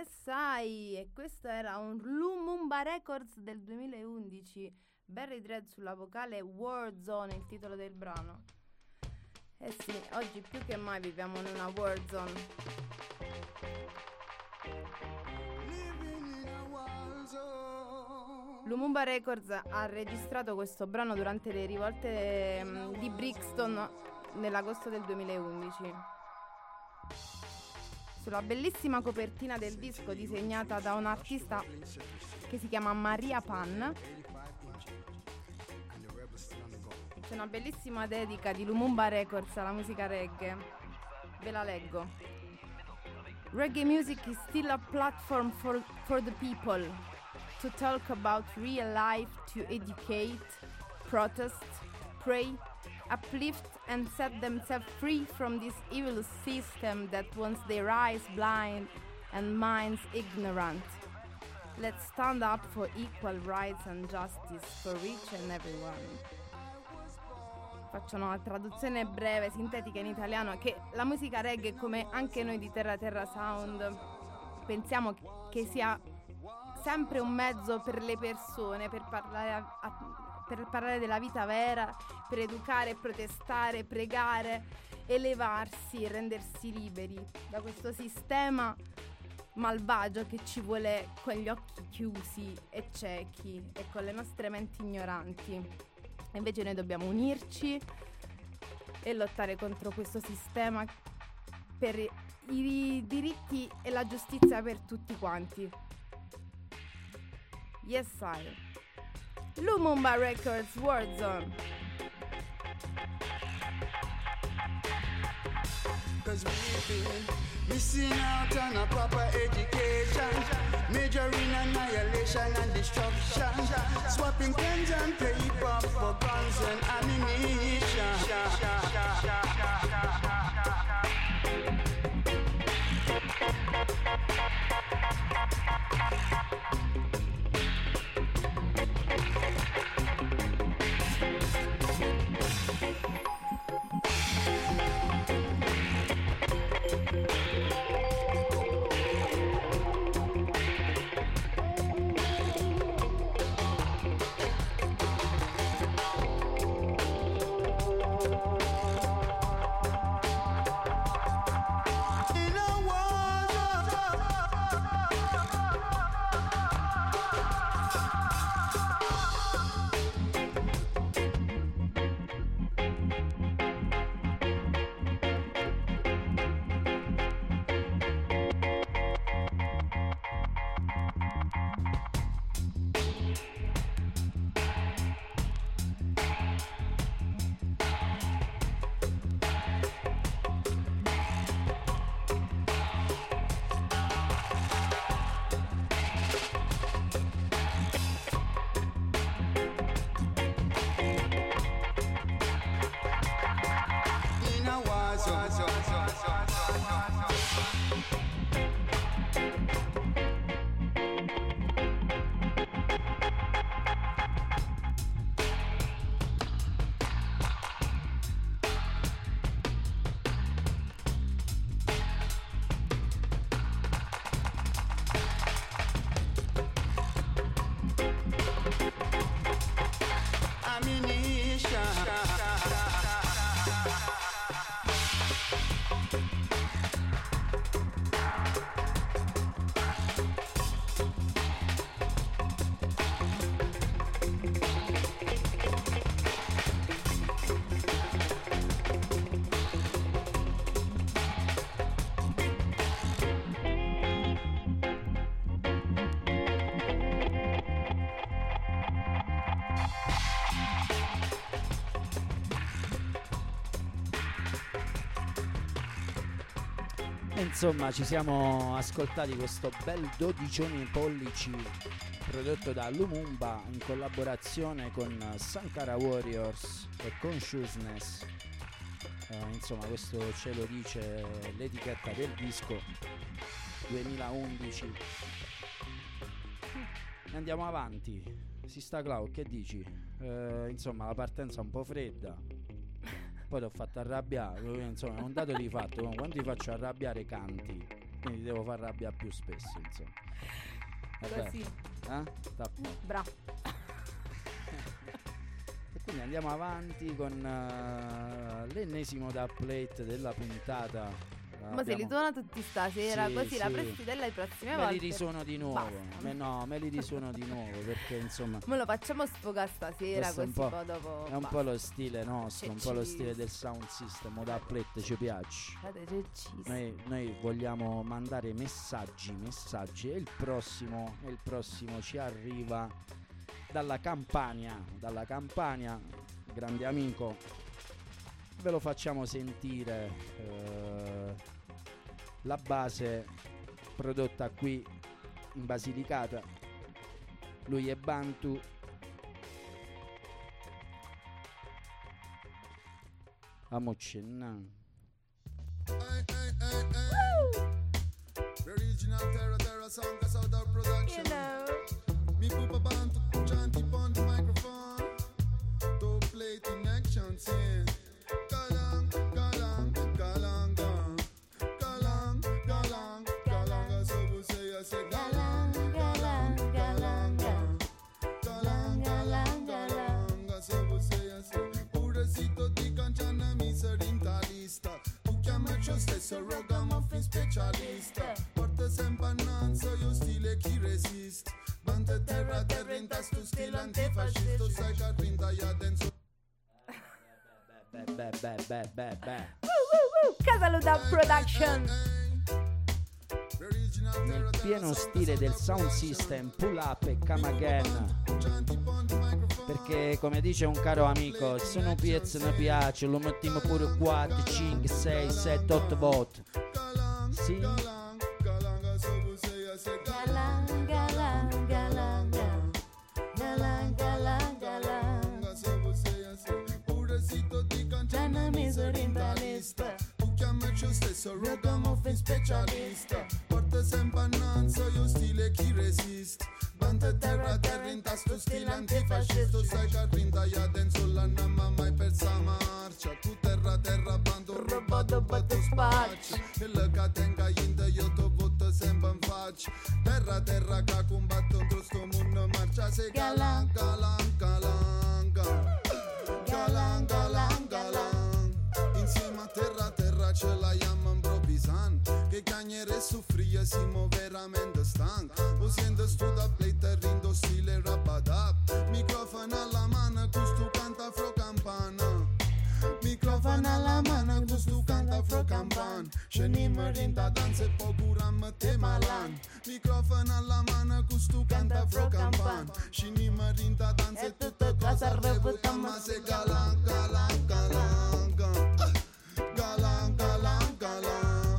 Yes, I. E questo era un Lumumba Records del 2011. Barry Dread sulla vocale, Warzone, il titolo del brano. Eh sì, oggi più che mai viviamo in una Warzone. Lumumba Records ha registrato questo brano durante le rivolte di Brixton nell'agosto del 2011. Sulla bellissima copertina del disco disegnata da un artista che si chiama Maria Pan c'è una bellissima dedica di Lumumba Records alla musica reggae. Ve la leggo. Reggae music is still a platform for the people to talk about real life, to educate, protest, pray, uplift and set themselves free from this evil system that wants their eyes blind and minds ignorant. Let's stand up for equal rights and justice for each and everyone. Faccio una traduzione breve, sintetica in italiano, che la musica reggae, come anche noi di Terra Terra Sound, pensiamo che sia sempre un mezzo per le persone, per parlare della vita vera, per educare, protestare, pregare, elevarsi, rendersi liberi da questo sistema malvagio che ci vuole con gli occhi chiusi e ciechi e con le nostre menti ignoranti. Invece noi dobbiamo unirci e lottare contro questo sistema per i diritti e la giustizia per tutti quanti. Yes, I. Lumumba Records, Warzone. 'Cause we've been missing out on a proper education, majoring annihilation and destruction, swapping pens and paper for guns and ammunition. Insomma, ci siamo ascoltati questo bel 12 pollici prodotto da Lumumba in collaborazione con Sankara Warriors e Consciousness. Insomma, questo ce lo dice l'etichetta del disco 2011. Andiamo avanti. Sista Clau, che dici? Insomma, la partenza è un po' fredda. Poi ti ho fatto arrabbiare, insomma è un dato di fatto, quando ti faccio arrabbiare canti. quindi devo far arrabbiare più spesso, insomma. Così. Bravo. E quindi andiamo avanti con l'ennesimo dubplate della puntata. Ma se li suona tutti stasera, Sì, così la sì. prestidella le prossime Me volte. li risuono di nuovo. Basta. Me li risuono di nuovo perché insomma Me lo facciamo sfogare stasera, questo è così un poi dopo. è un po' lo stile nostro, C'è un po' lo ci- stile del sound system, o dubplate ci piace. C'è ci- Noi vogliamo mandare messaggi e il prossimo ci arriva dalla Campania, grande amico. Ve lo facciamo sentire, la base prodotta qui in Basilicata. Lui è Bantu. Amo cennan. The original Terra song is out of production. Me Poopa Bantu chant upon the microphone. To play it in action, saying Galang, galang, galang, galang, galang, galang. So we say galang, galang, galang, galang, galang, galang. So we say purezito di canciana mi sarinta lista. Tu chiamaci lo stesso ragamuffin specialista. Porta sempre annanza io stile chi resiste. Bante terra in tasto stile antifascista. Sai che rinda ya denso. Casaluda Production. Nel pieno stile del sound system, pull up e come again. Perché come dice un caro amico, se non piace non piace, lo mettiamo pure 4, 5, 6, 7, 8 volte. Sì. Galang, galang, galang, galang, galang, galang. Purezito di canciana mi sarintalista. Tu chiamaci lo stesso ragamuffin specialista. Porta sempre annanza io stile chi resiste. Bante terra in tasto stile antifascista. Sai che rinda ya denso la namma mai persa marcia. Tu terra bando rubato batto spaccia. E la catenga inda io to voto sempre in faccia. Terra che combatto contro sto mondo marcia. Se galang, galang, galang, galang, galang, galang. Insieme a terra ce la chiamo improvvisando. Che cagnere soffria siamo veramente stanchi. O sento sto da plate rindo stile rabadab. Microfono alla mano questo canta fro campana. Microfono alla mano questo canta fro campana. Scenimo rinda danza e poi curammo te malan. Microfono alla mano questo canta fro campana. Scenimo rinda danza e tutto cosa reputiamo. Ma se galang, galang, galang, galang, galang, galang.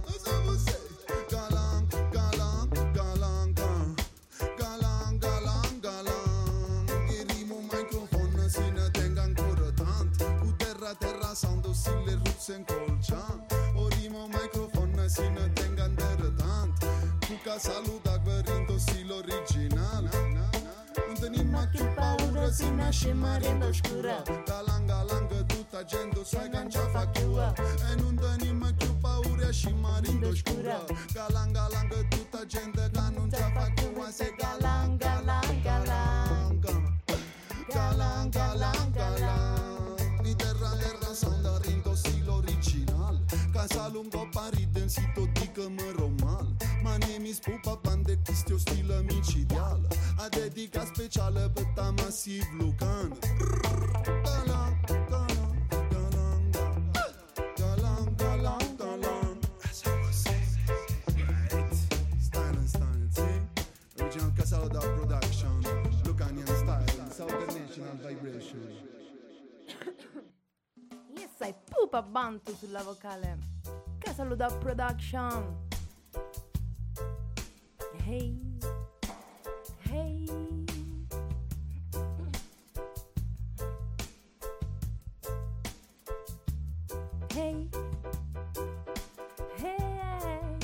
Galang, galang, galang, galang, galang, galang. Che rimo microfono si ne tenga ancora tanto. Cu terra sound stile roots and colcian. O rimo microfono si ne tenga ancora tanto. Cuca saluta guerindo stile originale. Non teniamo più paura si nasce marendo scura. Galang, galang, tutta gente sai cancia fa chiua. E non teniamo più paura si marindo scura. Galang, galang, tutta gente che non ci fa chiua. Se galang, galang, galang, galang, galang, galang. Di terra sound rindo stile originale. Casa lungo paride in sito di camero mal. Ma nemi spupa bande questo stile micidiale. A dedica speciale per ta massive Lucan. Galang, galang, galang, galang, galang, galang. Stein, sì. Original Casaluda Production. Lucanian style, Southern National Vibration. Yes, sai Pupa Bantu sulla vocale. Casaluda Production. Hey, hey. Hey, hey.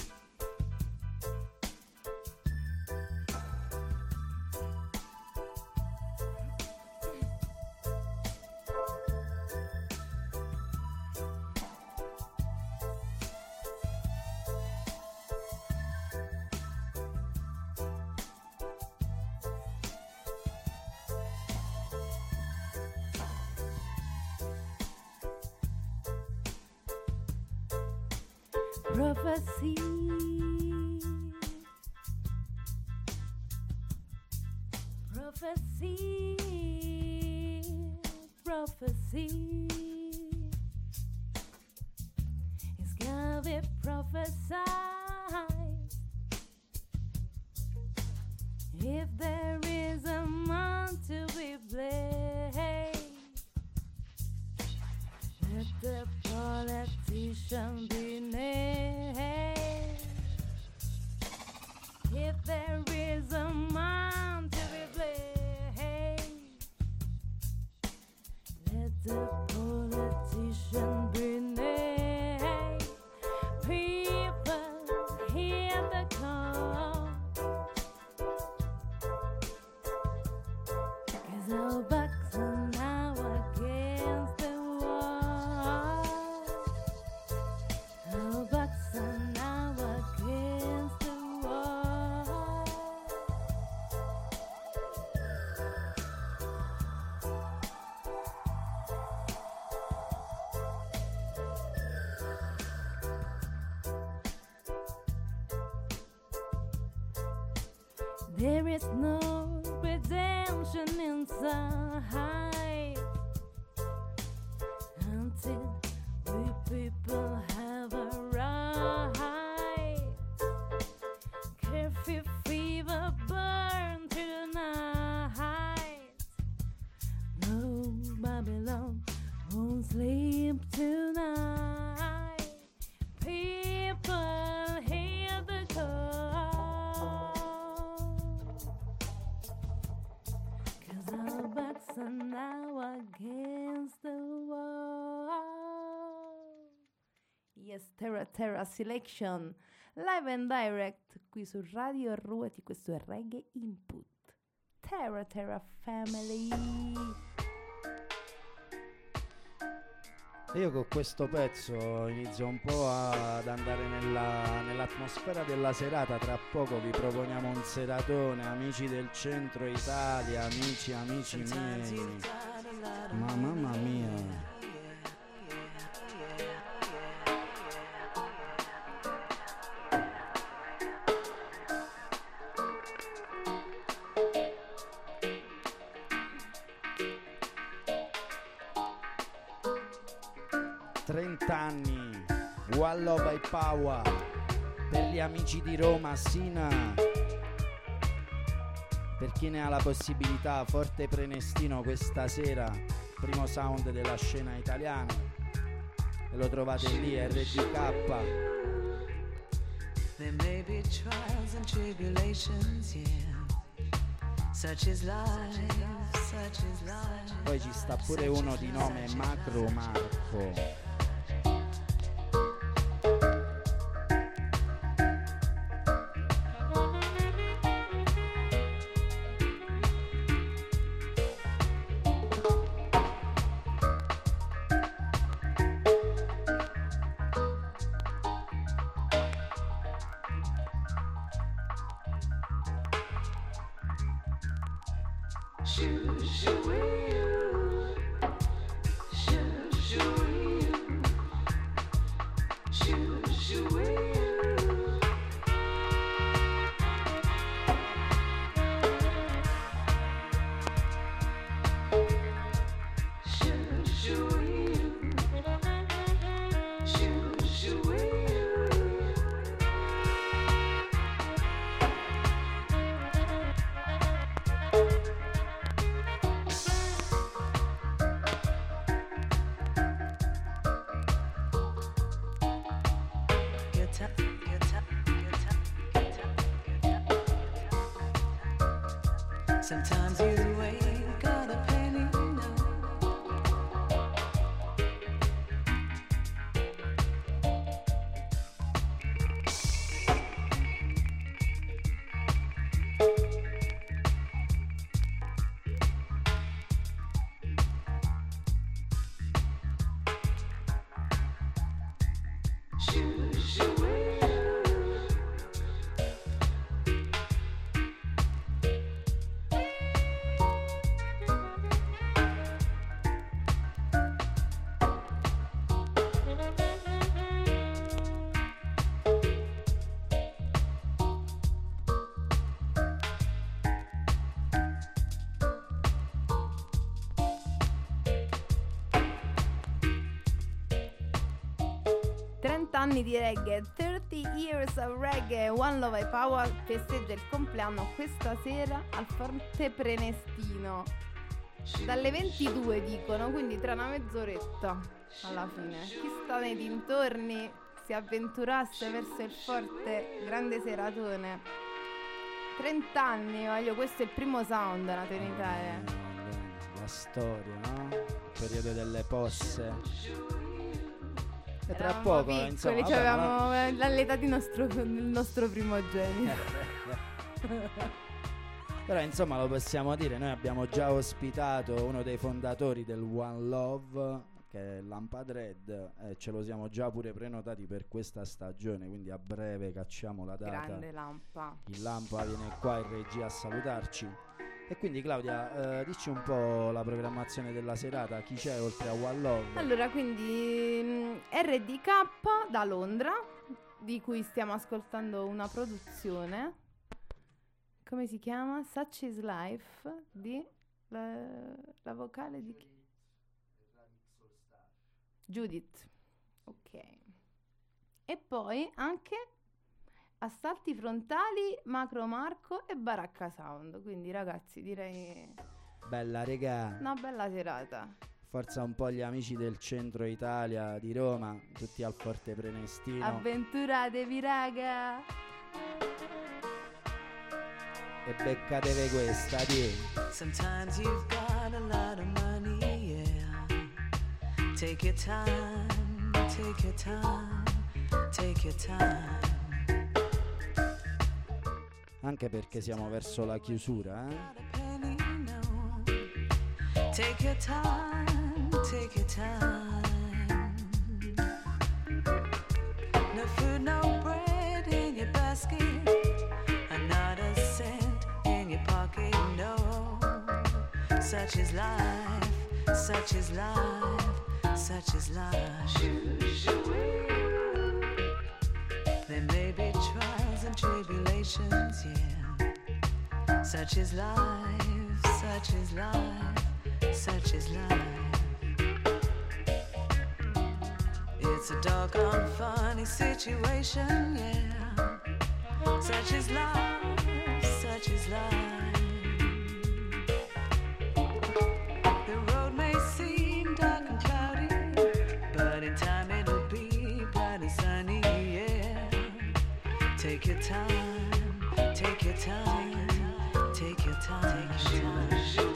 Prophecy. Prophecy. Prophecy. It's gonna be prophesied. If there is a man to be played, let the politician be named. If there is a man to be played, let the politician be named. People hear the call, 'cause our backs are now against the wall. Our backs are now against the wall. There is no redemption inside until we people have arrived. Curfew fever burn tonight. No, Babylon won't sleep tonight. People hear the call, 'cause our backs are now against the wall. Yes, Terra Selection, live and direct qui su Radio Ruoti. Questo è Reggae Input. Terra Family. Io con questo pezzo inizio un po' ad andare nell'atmosfera della serata. Tra poco vi proponiamo un seratone, amici del centro Italia, amici miei. Ma mamma mia. Anni, One Love by Power per gli amici di Roma, Sina, per chi ne ha la possibilità, Forte Prenestino questa sera, primo sound della scena italiana, e lo trovate lì, RDK. There may be trials and tribulations, yeah. Such is life, such is life. Poi ci sta pure uno di nome Macro Marco. Sometimes you ain't got a penny, no. 30 anni di reggae, 30 years of reggae. One Love and Power festeggia il compleanno questa sera al Forte Prenestino dalle 22 dicono, quindi tra una mezz'oretta alla fine. Chi sta nei dintorni si avventurasse verso il forte, grande seratone. 30 anni, voglio, questo è il primo sound nato in Italia. La storia, no? Il periodo delle posse. E tra Eravamo poco, piccoli, insomma, cioè avevamo l'età del nostro primogenito. Però insomma lo possiamo dire, noi abbiamo già ospitato uno dei fondatori del One Love, che è Lampa Red, e ce lo siamo già pure prenotati per questa stagione, quindi a breve cacciamo la data. Grande Lampa. Il Lampa viene qua in regia a salutarci. E quindi Claudia, dici un po' la programmazione della serata, chi c'è oltre a One Love? Allora, quindi RDK da Londra, di cui stiamo ascoltando una produzione. Come si chiama? Such is Life di la vocale di chi? Judith. Ok. E poi anche Assalti Frontali, Macro Marco e Baracca Sound. Quindi ragazzi, direi Bella regà. una bella serata. Forza un po' gli amici del centro Italia di Roma, tutti al Forte Prenestino. Avventuratevi raga. E beccatevi questa, di. Sometimes you've got a lot of money, yeah. Take your time, take your time, take your time. Anche perché siamo verso la chiusura, Take your time, take your time. No food, no bread in your basket, and not a cent in your pocket, no. Such is life, such is life, such is life. There may be trials and tribulations, yeah. Such is life, such is life, such is life. It's a doggone funny situation, yeah. Such is life, such is life. The road may seem dark and cloudy, but in time it'll be bright and sunny, yeah. Take your time, take your time, take your time, take your time.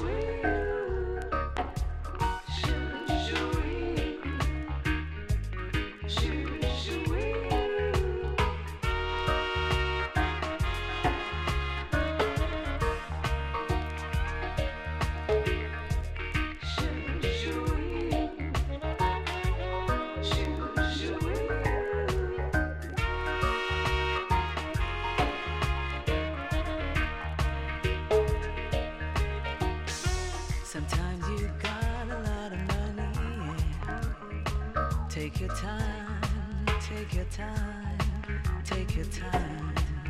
Sometimes you got a lot of money, yeah. Take your time, take your time, take your time.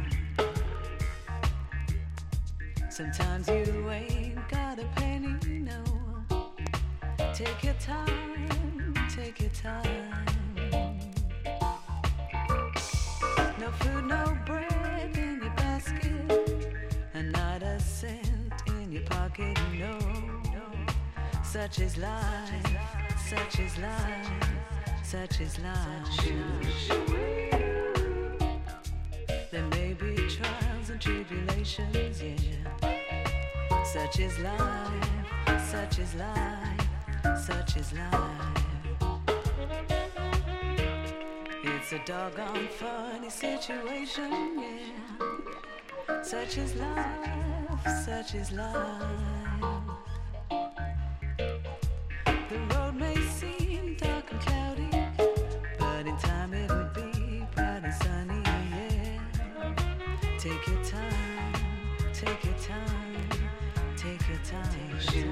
Sometimes you ain't got a penny, no. Take your time, take your time. No food, no bread in your basket, and not a cent in your pocket, no. Such is life, such is life, such is life. There may be trials and tribulations, yeah. Such is life, such is life, such is life. It's a doggone funny situation, yeah. Such is life, such is life. The road may seem dark and cloudy, but in time it'll be bright and sunny, yeah. Take your time, take your time, take your time.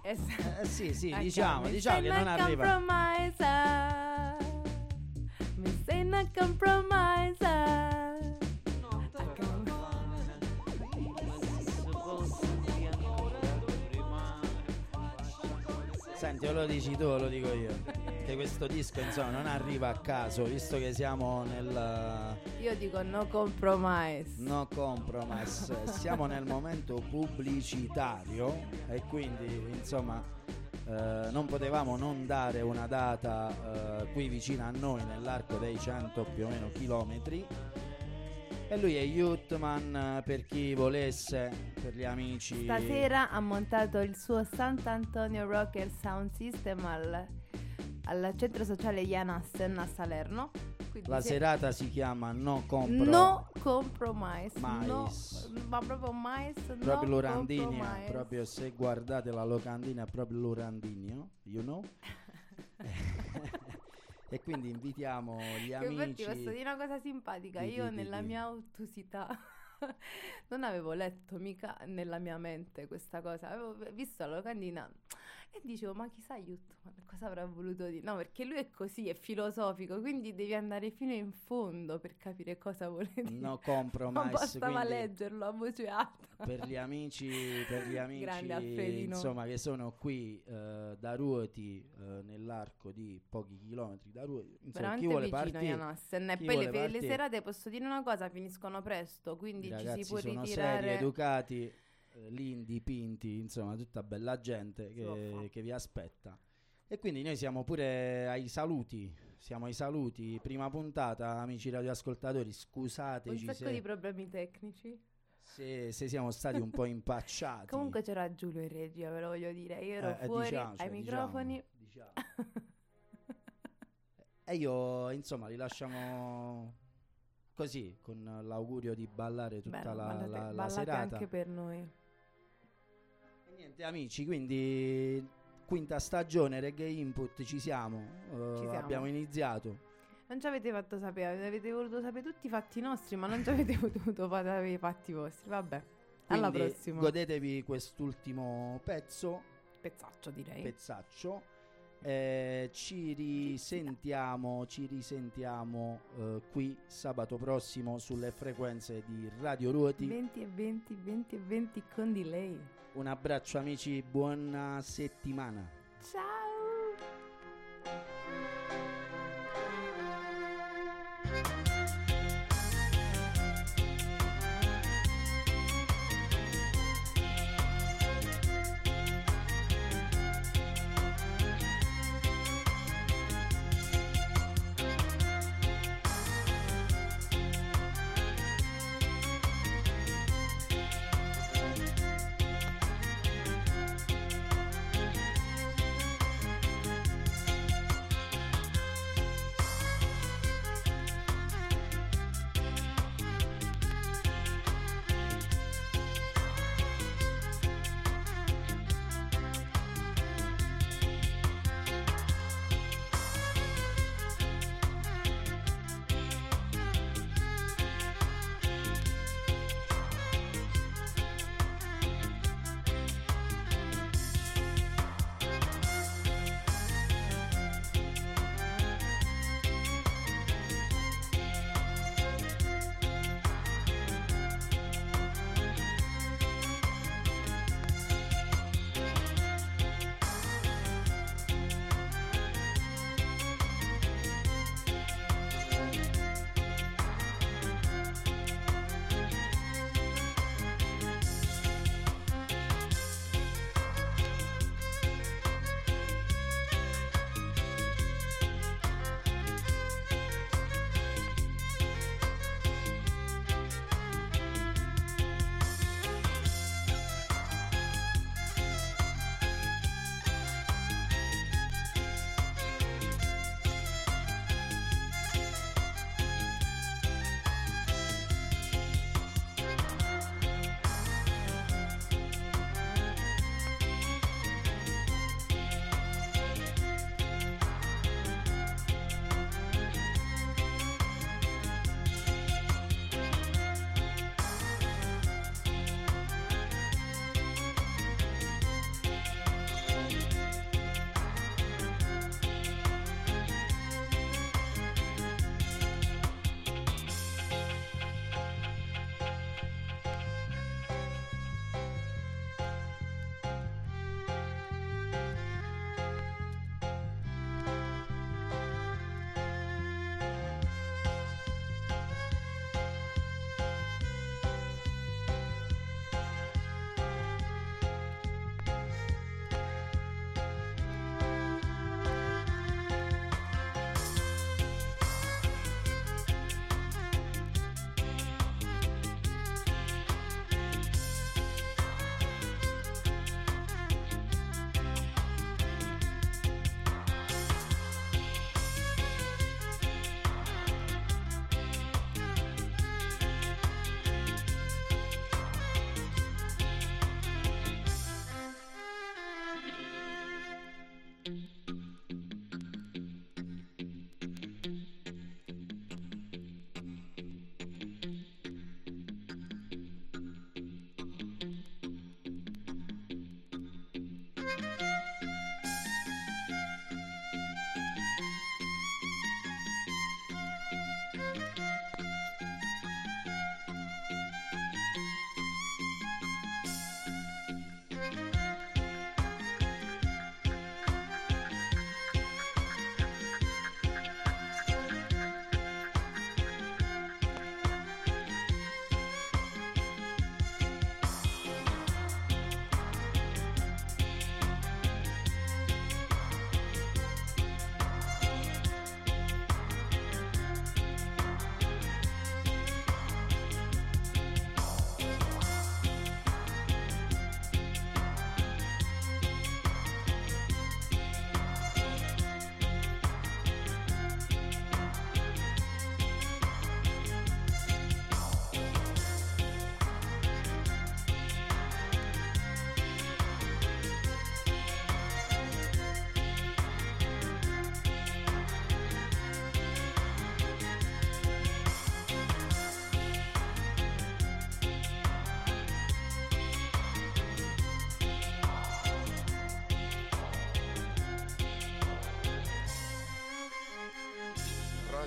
Sì, Okay, diciamo mi che say non not arriva. compromiser. Mi say not compromiser. Senti, o lo dici tu o lo dico io. Che questo disco insomma non arriva a caso, visto che siamo nel Io dico no compromise. no compromise, siamo nel momento pubblicitario e quindi insomma non potevamo non dare una data qui vicino a noi nell'arco dei 100 più o meno chilometri. E lui è Youthman, per chi volesse, per gli amici. Stasera ha montato il suo Sant'Antonio Rocker Sound System al centro sociale Janassen a Salerno. Quindi La serata si chiama No Compromise. No compromise. Mais. No, ma proprio mais. Proprio no l'Urandinio, compromise. proprio se guardate la locandina è proprio l'Urandinio, you know? E quindi invitiamo gli Che amici. infatti posso dire una cosa simpatica, io nella mia ottusità non avevo letto mica nella mia mente questa cosa, avevo visto la locandina e dicevo ma chissà Youthman cosa avrà voluto dire, no perché lui è così, è filosofico, quindi devi andare fino in fondo per capire cosa vuole dire. No compromise, non bastava quindi leggerlo a voce alta. per gli amici Grande Alfredino. insomma che sono qui da Ruoti nell'arco di pochi chilometri da Ruoti, insomma, Veramente chi vuole vicino partire, Janassen. E chi poi vuole le partire, serate, posso dire una cosa, finiscono presto, quindi i ci ragazzi si può sono ritirare. seri, educati, lì dipinti, insomma tutta bella gente che vi aspetta. E quindi noi siamo pure ai saluti, prima puntata, amici radioascoltatori, Un scusateci sacco di problemi tecnici. se siamo stati un po' impacciati. Comunque c'era Giulio in regia, ve lo voglio dire. Io ero fuori ai microfoni. Diciamo. E io, insomma, li lasciamo così, con l'augurio di ballare tutta Bene, la ballate serata. anche per noi. E niente, amici, quindi quinta stagione Reggae Input, ci siamo. Abbiamo iniziato. Non ci avete fatto sapere, avete voluto sapere tutti i fatti nostri, ma non ci avete potuto fare i fatti vostri. Vabbè, alla Quindi prossima. godetevi quest'ultimo Pezzaccio, direi. pezzaccio. Ci risentiamo qui sabato prossimo sulle frequenze di Radio Ruoti. 20 e 20 con delay. Un abbraccio amici, buona settimana. Ciao.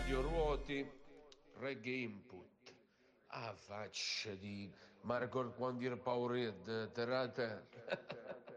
Fabio Ruoti, Reggae Input. Ah, faccia di Margot quando era paura terra.